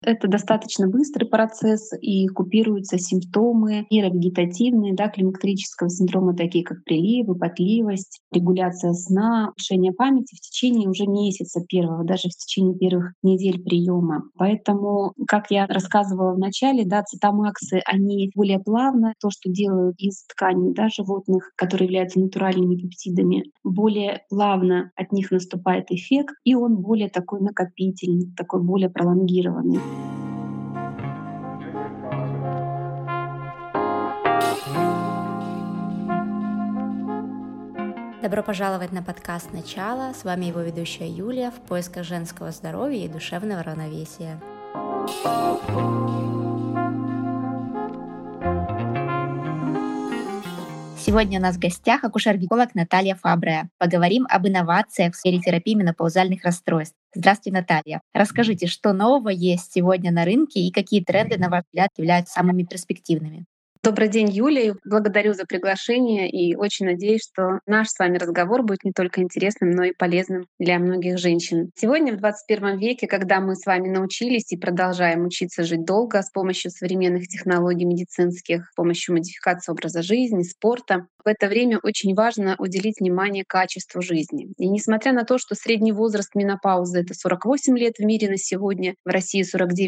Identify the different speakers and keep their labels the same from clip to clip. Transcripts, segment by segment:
Speaker 1: Это достаточно быстрый процесс, и купируются симптомы нейровегетативные, да, климактерического синдрома, такие как приливы, потливость, регуляция сна, улучшение памяти в течение уже месяца первого, даже в течение первых недель приема. Поэтому, как я рассказывала в начале, да, цитомаксы, они более плавно, то, что делают из тканей, да, животных, которые являются натуральными пептидами, более плавно от них наступает эффект, и он более такой накопительный, такой более пролонгированный.
Speaker 2: Добро пожаловать на подкаст «Начало». С вами его ведущая Юлия в поисках женского здоровья и душевного равновесия. Сегодня у нас в гостях акушер-гинеколог Наталья Фабреа. Поговорим об инновациях в сфере терапии менопаузальных расстройств. Здравствуйте, Наталья. Расскажите, что нового есть сегодня на рынке и какие тренды, на ваш взгляд, являются самыми перспективными?
Speaker 1: Добрый день, Юлия. Благодарю за приглашение и очень надеюсь, что наш с вами разговор будет не только интересным, но и полезным для многих женщин. Сегодня, в 21 веке, когда мы с вами научились и продолжаем учиться жить долго с помощью современных технологий медицинских, с помощью модификации образа жизни, спорта, в это время очень важно уделить внимание качеству жизни. И несмотря на то, что средний возраст менопаузы — это 48 лет в мире на сегодня, в России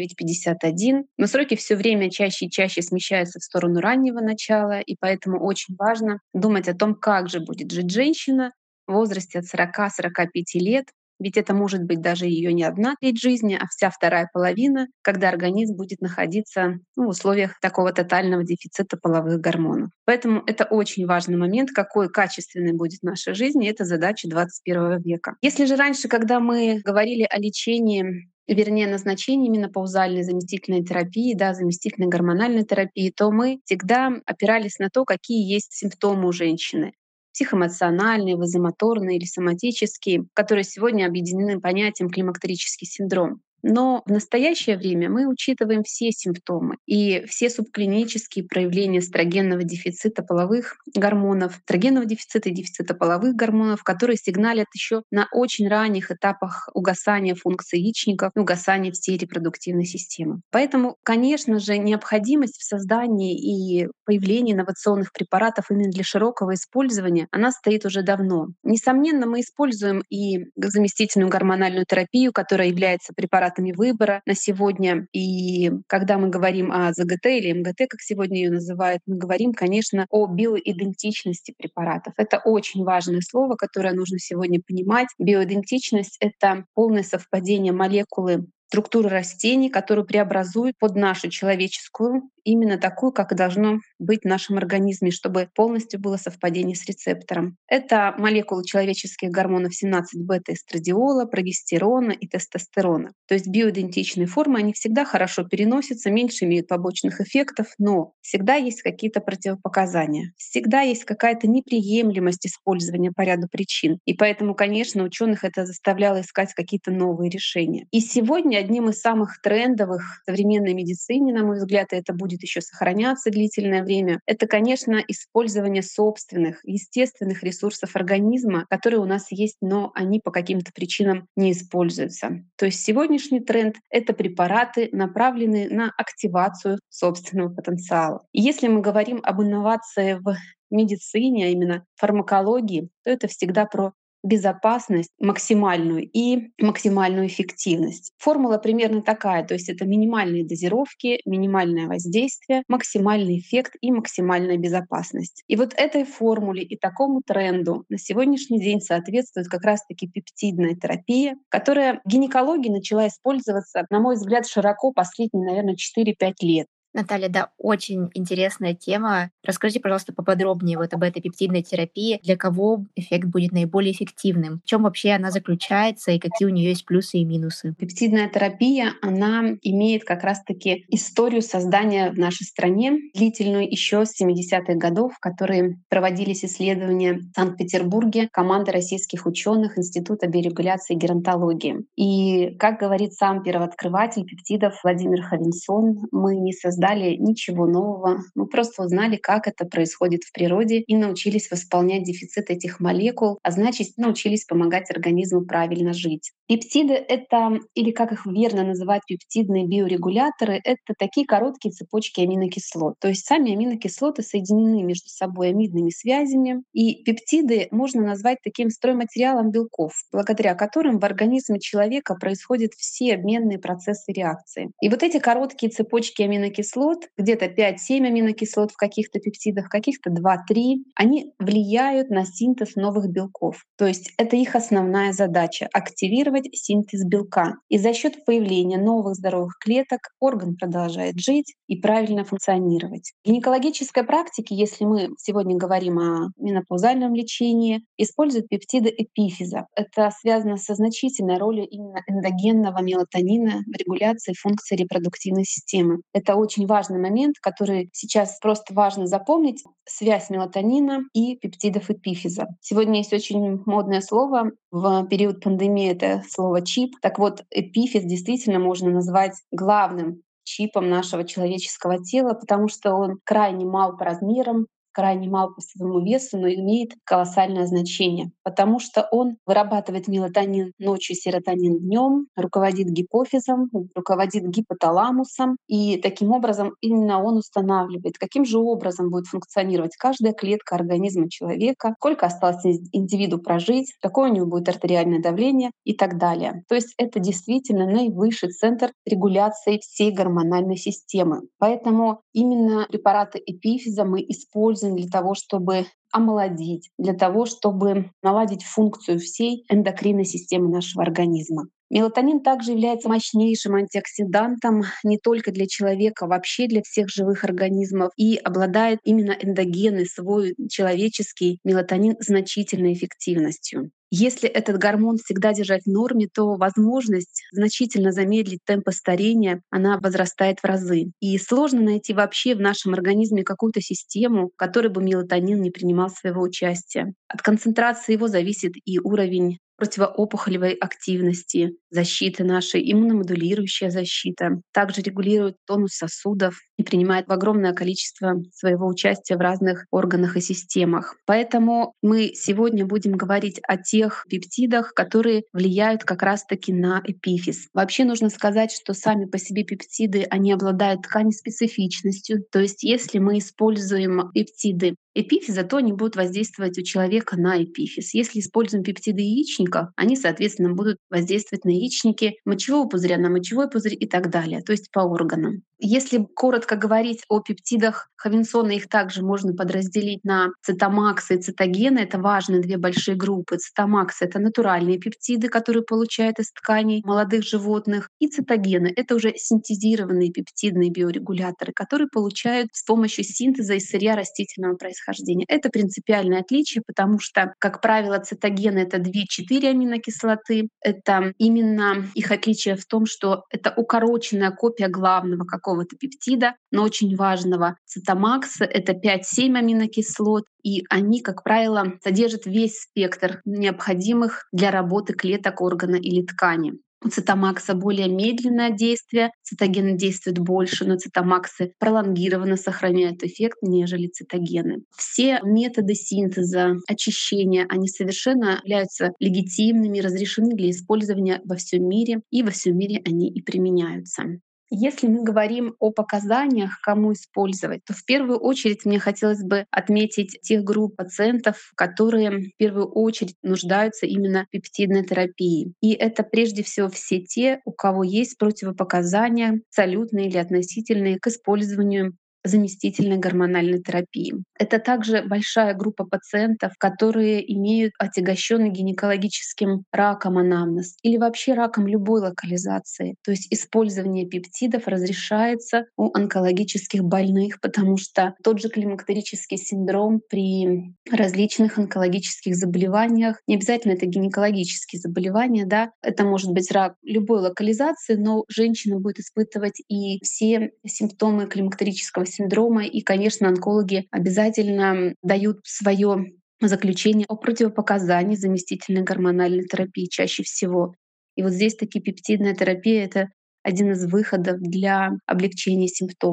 Speaker 1: 49-51, но сроки все время чаще и чаще смещаются в сторону раннего начала, и поэтому очень важно думать о том, как же будет жить женщина в возрасте от 40-45 лет, ведь это может быть даже ее не одна треть жизни, а вся вторая половина, когда организм будет находиться в условиях такого тотального дефицита половых гормонов. Поэтому это очень важный момент, какой качественной будет наша жизнь, и это задача 21 века. Если же раньше, когда мы говорили о лечении, вернее, назначение менопаузальной заместительной терапии, да, заместительной гормональной терапии, то мы всегда опирались на то, какие есть симптомы у женщины: психоэмоциональные, вазомоторные или соматические, которые сегодня объединены понятием климактерический синдром. Но в настоящее время мы учитываем все симптомы и все субклинические проявления эстрогенного дефицита половых гормонов, эстрогенного дефицита и дефицита половых гормонов, которые сигналят еще на очень ранних этапах угасания функций яичников и угасания всей репродуктивной системы. Поэтому, конечно же, необходимость в создании и появлении инновационных препаратов именно для широкого использования, она стоит уже давно. Несомненно, мы используем и заместительную гормональную терапию, которая является препаратами выбора на сегодня. И когда мы говорим о ЗГТ или МГТ, как сегодня ее называют, мы говорим, конечно, о биоидентичности препаратов. Это очень важное слово, которое нужно сегодня понимать. Биоидентичность — это полное совпадение молекулы структуры растений, которую преобразуют под нашу человеческую, именно такую, как и должно быть в нашем организме, чтобы полностью было совпадение с рецептором. Это молекулы человеческих гормонов 17-бета-эстрадиола, прогестерона и тестостерона. То есть биоидентичные формы, они всегда хорошо переносятся, меньше имеют побочных эффектов, но всегда есть какие-то противопоказания, всегда есть какая-то неприемлемость использования по ряду причин. И поэтому, конечно, ученых это заставляло искать какие-то новые решения. И сегодня одним из самых трендовых в современной медицине, на мой взгляд, и это будет еще сохраняться длительное время, это, конечно, использование собственных, естественных ресурсов организма, которые у нас есть, но они по каким-то причинам не используются. То есть сегодняшний тренд — это препараты, направленные на активацию собственного потенциала. И если мы говорим об инновации в медицине, а именно фармакологии, то это всегда про безопасность максимальную и максимальную эффективность. Формула примерно такая, то есть это минимальные дозировки, минимальное воздействие, максимальный эффект и максимальная безопасность. И вот этой формуле и такому тренду на сегодняшний день соответствует как раз-таки пептидная терапия, которая в гинекологии начала использоваться, на мой взгляд, широко последние, наверное, 4-5 лет.
Speaker 2: Наталья, да, очень интересная тема. Расскажите, пожалуйста, поподробнее вот об этой пептидной терапии. Для кого эффект будет наиболее эффективным? В чем вообще она заключается и какие у нее есть плюсы и минусы?
Speaker 1: Пептидная терапия, она имеет как раз-таки историю создания в нашей стране, длительную еще с 70-х годов, в которые проводились исследования в Санкт-Петербурге командой российских ученых Института биорегуляции и геронтологии. И, как говорит сам первооткрыватель пептидов Владимир Хавинсон, мы не создали создали ничего нового. Мы просто узнали, как это происходит в природе и научились восполнять дефицит этих молекул, а значит, научились помогать организму правильно жить. Пептиды — это, или как их верно называть, пептидные биорегуляторы — это такие короткие цепочки аминокислот. То есть сами аминокислоты соединены между собой амидными связями, и пептиды можно назвать таким стройматериалом белков, благодаря которым в организме человека происходят все обменные процессы реакции. И вот эти короткие цепочки аминокислот, где-то 5-7 аминокислот в каких-то пептидах, в каких-то 2-3, они влияют на синтез новых белков. То есть это их основная задача — активировать синтез белка. И за счет появления новых здоровых клеток орган продолжает жить и правильно функционировать. В гинекологической практике, если мы сегодня говорим о менопаузальном лечении, используют пептиды эпифиза. Это связано со значительной ролью именно эндогенного мелатонина в регуляции функций репродуктивной системы. Это очень важный момент, который сейчас просто важно запомнить: связь мелатонина и пептидов эпифиза. Сегодня есть очень модное слово в период пандемии — это слово «чип». Так вот, эпифиз действительно можно назвать главным чипом нашего человеческого тела, потому что он крайне мал по размерам, крайне мал по своему весу, но имеет колоссальное значение, потому что он вырабатывает мелатонин ночью, серотонин днем, руководит гипофизом, руководит гипоталамусом, и таким образом именно он устанавливает, каким же образом будет функционировать каждая клетка организма человека, сколько осталось индивиду прожить, какое у него будет артериальное давление и так далее. То есть это действительно наивысший центр регуляции всей гормональной системы. Поэтому именно препараты эпифиза мы используем для того, чтобы омолодить, для того, чтобы наладить функцию всей эндокринной системы нашего организма. Мелатонин также является мощнейшим антиоксидантом не только для человека, вообще для всех живых организмов, и обладает именно эндогенной, свой человеческий мелатонин, значительной эффективностью. Если этот гормон всегда держать в норме, то возможность значительно замедлить темпы старения, она возрастает в разы. И сложно найти вообще в нашем организме какую-то систему, в которой бы мелатонин не принимал своего участия. От концентрации его зависит и уровень противоопухолевой активности, защиты нашей, иммуномодулирующая защита. Также регулирует тонус сосудов и принимает огромное количество своего участия в разных органах и системах. Поэтому мы сегодня будем говорить о тех пептидах, которые влияют как раз-таки на эпифиз. Вообще нужно сказать, что сами по себе пептиды, они обладают тканеспецифичностью. То есть если мы используем пептиды эпифиза, то они будут воздействовать у человека на эпифиз. Если используем пептиды яичника, они, соответственно, будут воздействовать на яичники мочевого пузыря, на мочевой пузырь и так далее, то есть по органам. Если коротко говорить о пептидах Хавинсона, их также можно подразделить на цитомаксы и цитогены. Это важные две большие группы. Цитомаксы — это натуральные пептиды, которые получают из тканей молодых животных. И цитогены — это уже синтезированные пептидные биорегуляторы, которые получают с помощью синтеза из сырья растительного происхождения. Это принципиальное отличие, потому что, как правило, цитогены — это 2-4 аминокислоты. Это именно их отличие в том, что это укороченная копия главного какого-то пептида, но очень важного. Цитомаксы — это 5-7 аминокислот, и они, как правило, содержат весь спектр необходимых для работы клеток, органа или ткани. У цитомакса более медленное действие, цитогены действуют больше, но цитомаксы пролонгированно сохраняют эффект, нежели цитогены. Все методы синтеза, очищения, они совершенно являются легитимными, разрешены для использования во всем мире, и во всем мире они и применяются. Если мы говорим о показаниях, кому использовать, то в первую очередь мне хотелось бы отметить тех групп пациентов, которые в первую очередь нуждаются именно в пептидной терапии. И это прежде всего все те, у кого есть противопоказания, абсолютные или относительные, к использованию заместительной гормональной терапии. Это также большая группа пациентов, которые имеют отягощенный гинекологическим раком анамнез или вообще раком любой локализации. То есть использование пептидов разрешается у онкологических больных, потому что тот же климактерический синдром при различных онкологических заболеваниях, не обязательно это гинекологические заболевания, да, это может быть рак любой локализации, но женщина будет испытывать и все симптомы климактерического синдрома. И, конечно, онкологи обязательно дают свое заключение о противопоказании заместительной гормональной терапии чаще всего. И вот здесь таки пептидная терапия — это один из выходов для облегчения симптомов.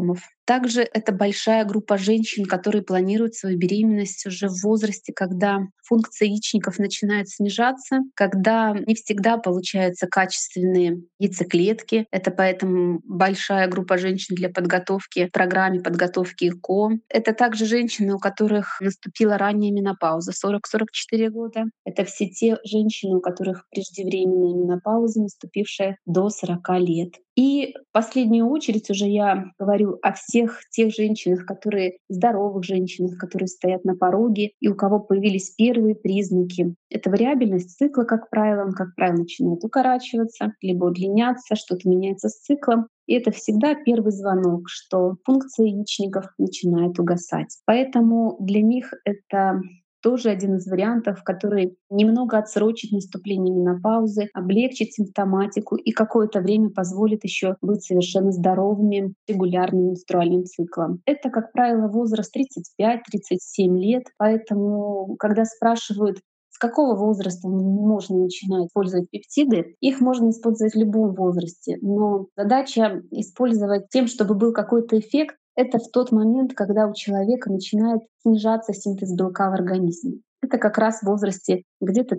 Speaker 1: Также это большая группа женщин, которые планируют свою беременность уже в возрасте, когда функция яичников начинает снижаться, когда не всегда получаются качественные яйцеклетки. Это поэтому большая группа женщин для подготовки к программе подготовки ЭКО. Это также женщины, у которых наступила ранняя менопауза 40-44 года. Это все те женщины, у которых преждевременная менопауза, наступившая до 40 лет. И в последнюю очередь уже я говорю о всех тех женщинах, которые здоровых женщинах, которые стоят на пороге и у кого появились первые признаки. Это вариабельность цикла, как правило, он, как правило, начинает укорачиваться, либо удлиняться, что-то меняется с циклом. И это всегда первый звонок, что функция яичников начинает угасать. Поэтому для них это тоже один из вариантов, который немного отсрочит наступление менопаузы, облегчит симптоматику и какое-то время позволит еще быть совершенно здоровыми регулярным менструальным циклом. Это, как правило, возраст 35-37 лет, поэтому, когда спрашивают, с какого возраста можно начинать использовать пептиды, их можно использовать в любом возрасте, но задача использовать тем, чтобы был какой-то эффект, это в тот момент, когда у человека начинает снижаться синтез белка в организме. Это как раз в возрасте где-то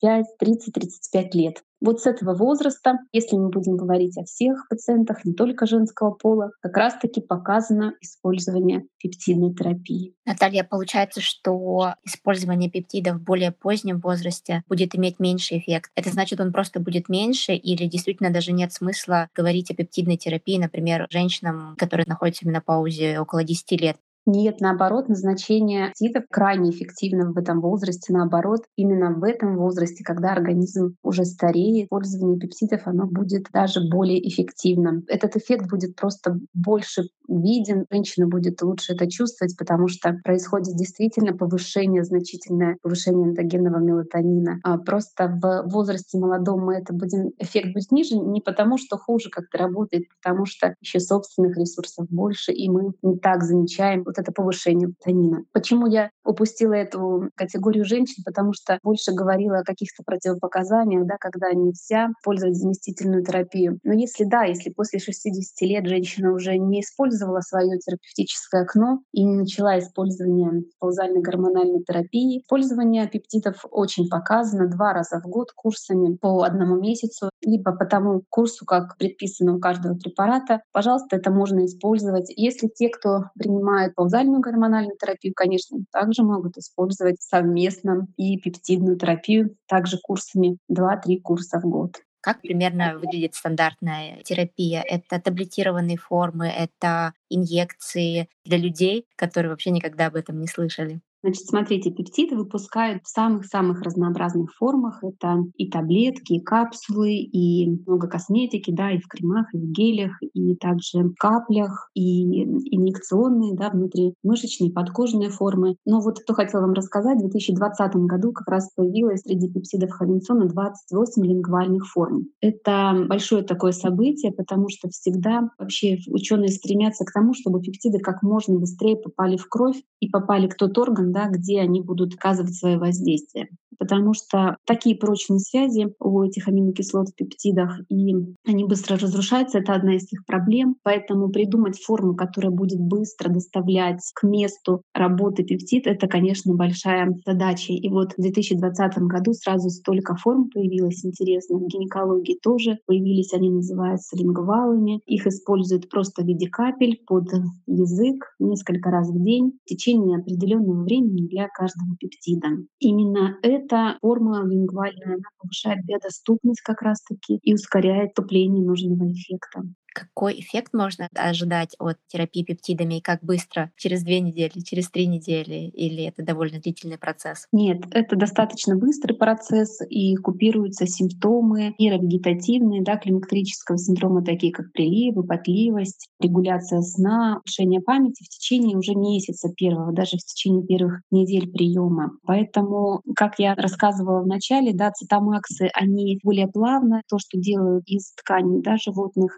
Speaker 1: 30-35 лет. Вот с этого возраста, если мы будем говорить о всех пациентах, не только женского пола, как раз-таки показано использование пептидной терапии.
Speaker 2: Наталья, получается, что использование пептидов в более позднем возрасте будет иметь меньший эффект. Это значит, он просто будет меньше или действительно даже нет смысла говорить о пептидной терапии, например, женщинам, которые находятся в менопаузе около 10 лет?
Speaker 1: Нет, наоборот, назначение пептидов крайне эффективно в этом возрасте. Наоборот, именно в этом возрасте, когда организм уже стареет, использование пептидов оно будет даже более эффективным. Этот эффект будет просто больше виден, женщина будет лучше это чувствовать, потому что происходит действительно повышение, значительное повышение эндогенного мелатонина. А просто в возрасте молодом мы это будем, эффект будет ниже не потому, что хуже как-то работает, потому что еще собственных ресурсов больше, и мы не так замечаем вот это повышение тонина. Почему я упустила эту категорию женщин? Потому что больше говорила о каких-то противопоказаниях, да, когда нельзя использовать заместительную терапию. Но если да, если после 60 лет женщина уже не использовала свое терапевтическое окно и не начала использование паузальной гормональной терапии, использование пептидов очень показано 2 раза в год курсами по 1 месяцу, либо по тому курсу, как предписано у каждого препарата. Пожалуйста, это можно использовать. Если те, кто принимает паузальную гормональную терапию, конечно, также могут использовать совместно и пептидную терапию, также курсами 2-3 курса в год.
Speaker 2: Как примерно выглядит стандартная терапия? Это таблетированные формы, это инъекции для людей, которые вообще никогда об этом не слышали?
Speaker 1: Значит, смотрите, пептиды выпускают в самых-самых разнообразных формах. Это и таблетки, и капсулы, и много косметики, да, и в кремах, и в гелях, и также в каплях, и инъекционные, да, внутримышечные, подкожные формы. Но вот что хотела вам рассказать, в 2020 году как раз появилось среди пептидов хавинсона 28 лингвальных форм. Это большое такое событие, потому что всегда вообще ученые стремятся к тому, чтобы пептиды как можно быстрее попали в кровь и попали в тот орган, да, где они будут оказывать свое воздействие. Потому что такие прочные связи у этих аминокислот в пептидах, и они быстро разрушаются, это одна из их проблем. Поэтому придумать форму, которая будет быстро доставлять к месту работы пептид, это, конечно, большая задача. И вот в 2020 году сразу столько форм появилось интересных. В гинекологии тоже появились, они называются лингвалами. Их используют просто в виде капель под язык несколько раз в день в течение определенного времени для каждого пептида. Именно эта форма лингвальная, она повышает биодоступность как раз-таки и ускоряет вступление нужного эффекта.
Speaker 2: Какой эффект можно ожидать от терапии пептидами и как быстро? Через 2 недели, через 3 недели или это довольно длительный процесс?
Speaker 1: Нет, это достаточно быстрый процесс, и купируются симптомы нейровегетативные, да, климактерического синдрома, такие как приливы, потливость, регуляция сна, улучшение памяти в течение уже месяца первого, даже в течение первых недель приема. Поэтому, как я рассказывала в начале, да, цитомаксы, они более плавно, то, что делают из тканей, да, животных, которые являются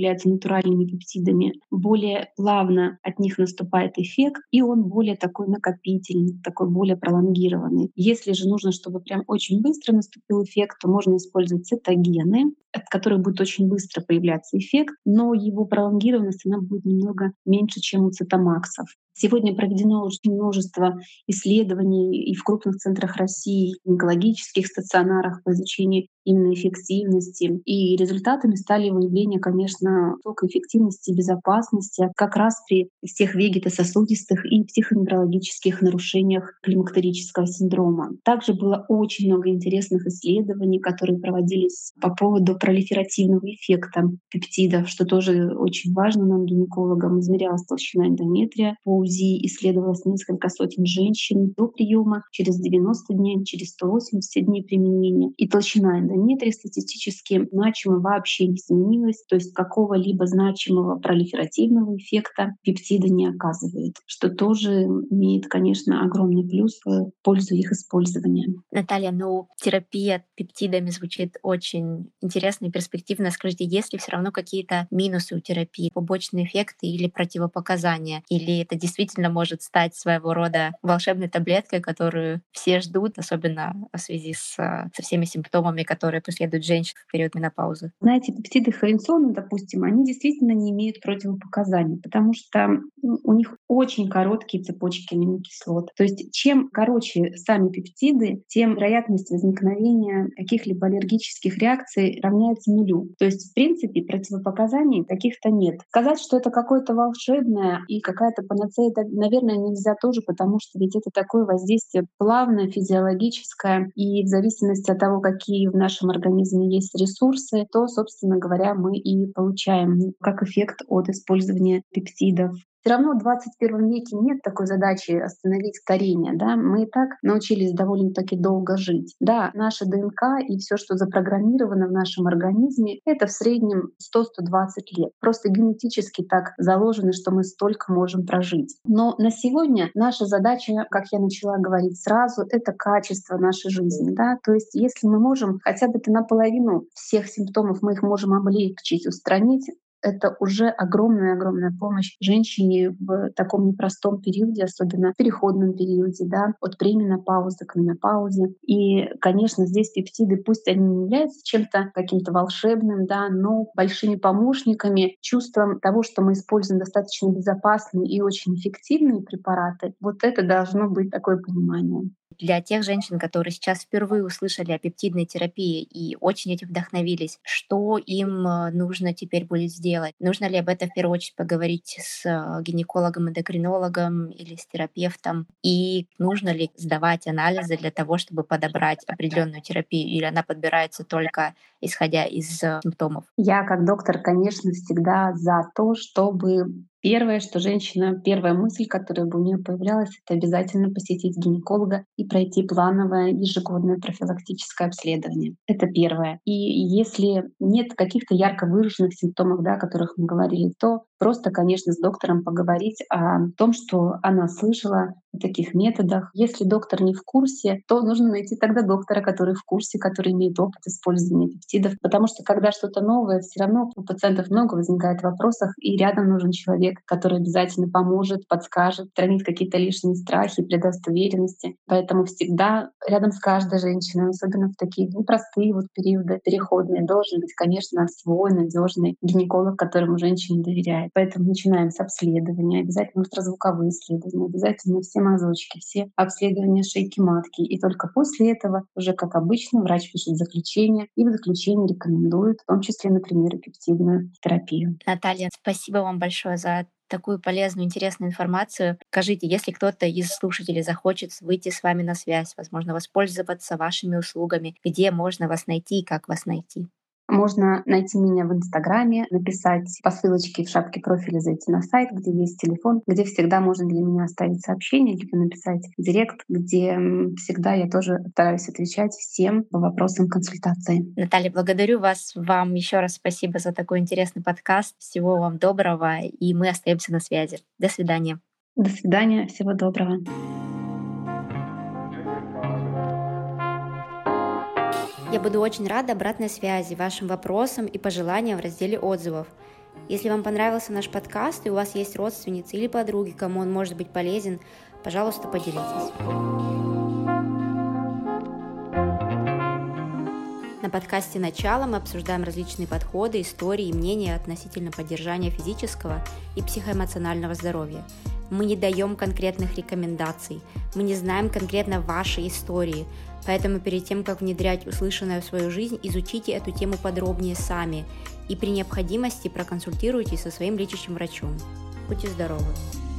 Speaker 1: являются натуральными пептидами, более плавно от них наступает эффект, и он более такой накопительный, такой более пролонгированный. Если же нужно, чтобы прям очень быстро наступил эффект, то можно использовать цитогены, от которых будет очень быстро появляться эффект, но его пролонгированность она будет немного меньше, чем у цитомаксов. Сегодня проведено очень множество исследований и в крупных центрах России, и онкологических стационарах по изучению именно эффективности. И результатами стали выявление, конечно, высокой эффективности и безопасности как раз при всех вегетососудистых и психоневрологических нарушениях климактерического синдрома. Также было очень много интересных исследований, которые проводились по поводу пролиферативного эффекта пептидов, что тоже очень важно нам, гинекологам. Измерялась толщина эндометрия по УЗИ, исследовалось несколько сотен женщин до приема, через 90 дней, через 180 дней применения. И толщина эндометрия статистически значимо вообще не изменилась, то есть какого-либо значимого пролиферативного эффекта пептиды не оказывает, что тоже имеет, конечно, огромный плюс в пользу их использования.
Speaker 2: Наталья, терапия пептидами звучит очень интересно и перспективно. Скажите, есть ли все равно какие-то минусы у терапии, побочные эффекты или противопоказания? Или это действительно может стать своего рода волшебной таблеткой, которую все ждут, особенно в связи со всеми симптомами, которые преследуют женщин в период менопаузы?
Speaker 1: Знаете, пептиды холинсона, допустим, они действительно не имеют противопоказаний, потому что у них очень короткие цепочки аминокислот. То есть чем короче сами пептиды, тем вероятность возникновения каких-либо аллергических реакций равняется нулю. То есть, в принципе, противопоказаний каких-то нет. Сказать, что это какое-то волшебное и какая-то панацея, это, наверное, нельзя тоже, потому что ведь это такое воздействие плавное, физиологическое, и в зависимости от того, какие в нашем организме есть ресурсы, то, собственно говоря, мы и получаем как эффект от использования пептидов. Все равно в 21 веке нет такой задачи остановить старение. Да? Мы и так научились довольно-таки долго жить. Да, наша ДНК и все, что запрограммировано в нашем организме, это в среднем 100-120 лет. Просто генетически так заложено, что мы столько можем прожить. Но на сегодня наша задача, как я начала говорить сразу, это качество нашей жизни. Да? То есть если мы можем хотя бы наполовину всех симптомов, мы их можем облегчить, устранить, это уже огромная-огромная помощь женщине в таком непростом периоде, особенно в переходном периоде, да, от пременопаузы к менопаузе. И, конечно, здесь пептиды, пусть они не являются чем-то каким-то волшебным, да, но большими помощниками, чувством того, что мы используем достаточно безопасные и очень эффективные препараты, вот это должно быть такое понимание.
Speaker 2: Для тех женщин, которые сейчас впервые услышали о пептидной терапии и очень этим вдохновились, что им нужно теперь будет сделать? Нужно ли об этом в первую очередь поговорить с гинекологом, эндокринологом или с терапевтом? И нужно ли сдавать анализы для того, чтобы подобрать определенную терапию? Или она подбирается только исходя из симптомов?
Speaker 1: Я как доктор, конечно, всегда за то, чтобы первое, что женщина, первая мысль, которая бы у нее появлялась, это обязательно посетить гинеколога и пройти плановое ежегодное профилактическое обследование. Это первое. И если нет каких-то ярко выраженных симптомов, да, о которых мы говорили, то просто, конечно, с доктором поговорить о том, что она слышала о таких методах. Если доктор не в курсе, то нужно найти тогда доктора, который в курсе, который имеет опыт использования пептидов. Потому что когда что-то новое, все равно у пациентов много возникает вопросов, и рядом нужен человек, который обязательно поможет, подскажет, устранит какие-то лишние страхи, придаст уверенности. Поэтому всегда рядом с каждой женщиной, особенно в такие непростые периоды переходные, должен быть, конечно, свой надежный гинеколог, которому женщина доверяет. Поэтому начинаем с обследования, обязательно ультразвуковые исследования, обязательно все мазочки, все обследования шейки матки. И только после этого, уже как обычно, врач пишет заключение, и в заключении рекомендует, в том числе, например, пептидную терапию.
Speaker 2: Наталья, спасибо вам большое за такую полезную, интересную информацию. Скажите, если кто-то из слушателей захочет выйти с вами на связь, возможно, воспользоваться вашими услугами, где можно вас найти и как вас найти?
Speaker 1: Можно найти меня в Инстаграме, написать по ссылочке в шапке профиля, зайти на сайт, где есть телефон, где всегда можно для меня оставить сообщение, либо написать директ, где всегда я тоже стараюсь отвечать всем по вопросам консультации.
Speaker 2: Наталья, благодарю вас. Вам еще раз спасибо за такой интересный подкаст. Всего вам доброго, и мы остаемся на связи. До свидания.
Speaker 1: До свидания, всего доброго.
Speaker 2: Я буду очень рада обратной связи, вашим вопросам и пожеланиям в разделе отзывов. Если вам понравился наш подкаст и у вас есть родственницы или подруги, кому он может быть полезен, пожалуйста, поделитесь. На подкасте «Начало» мы обсуждаем различные подходы, истории и мнения относительно поддержания физического и психоэмоционального здоровья. Мы не даем конкретных рекомендаций, мы не знаем конкретно вашей истории, поэтому перед тем, как внедрять услышанное в свою жизнь, изучите эту тему подробнее сами и при необходимости проконсультируйтесь со своим лечащим врачом. Будьте здоровы!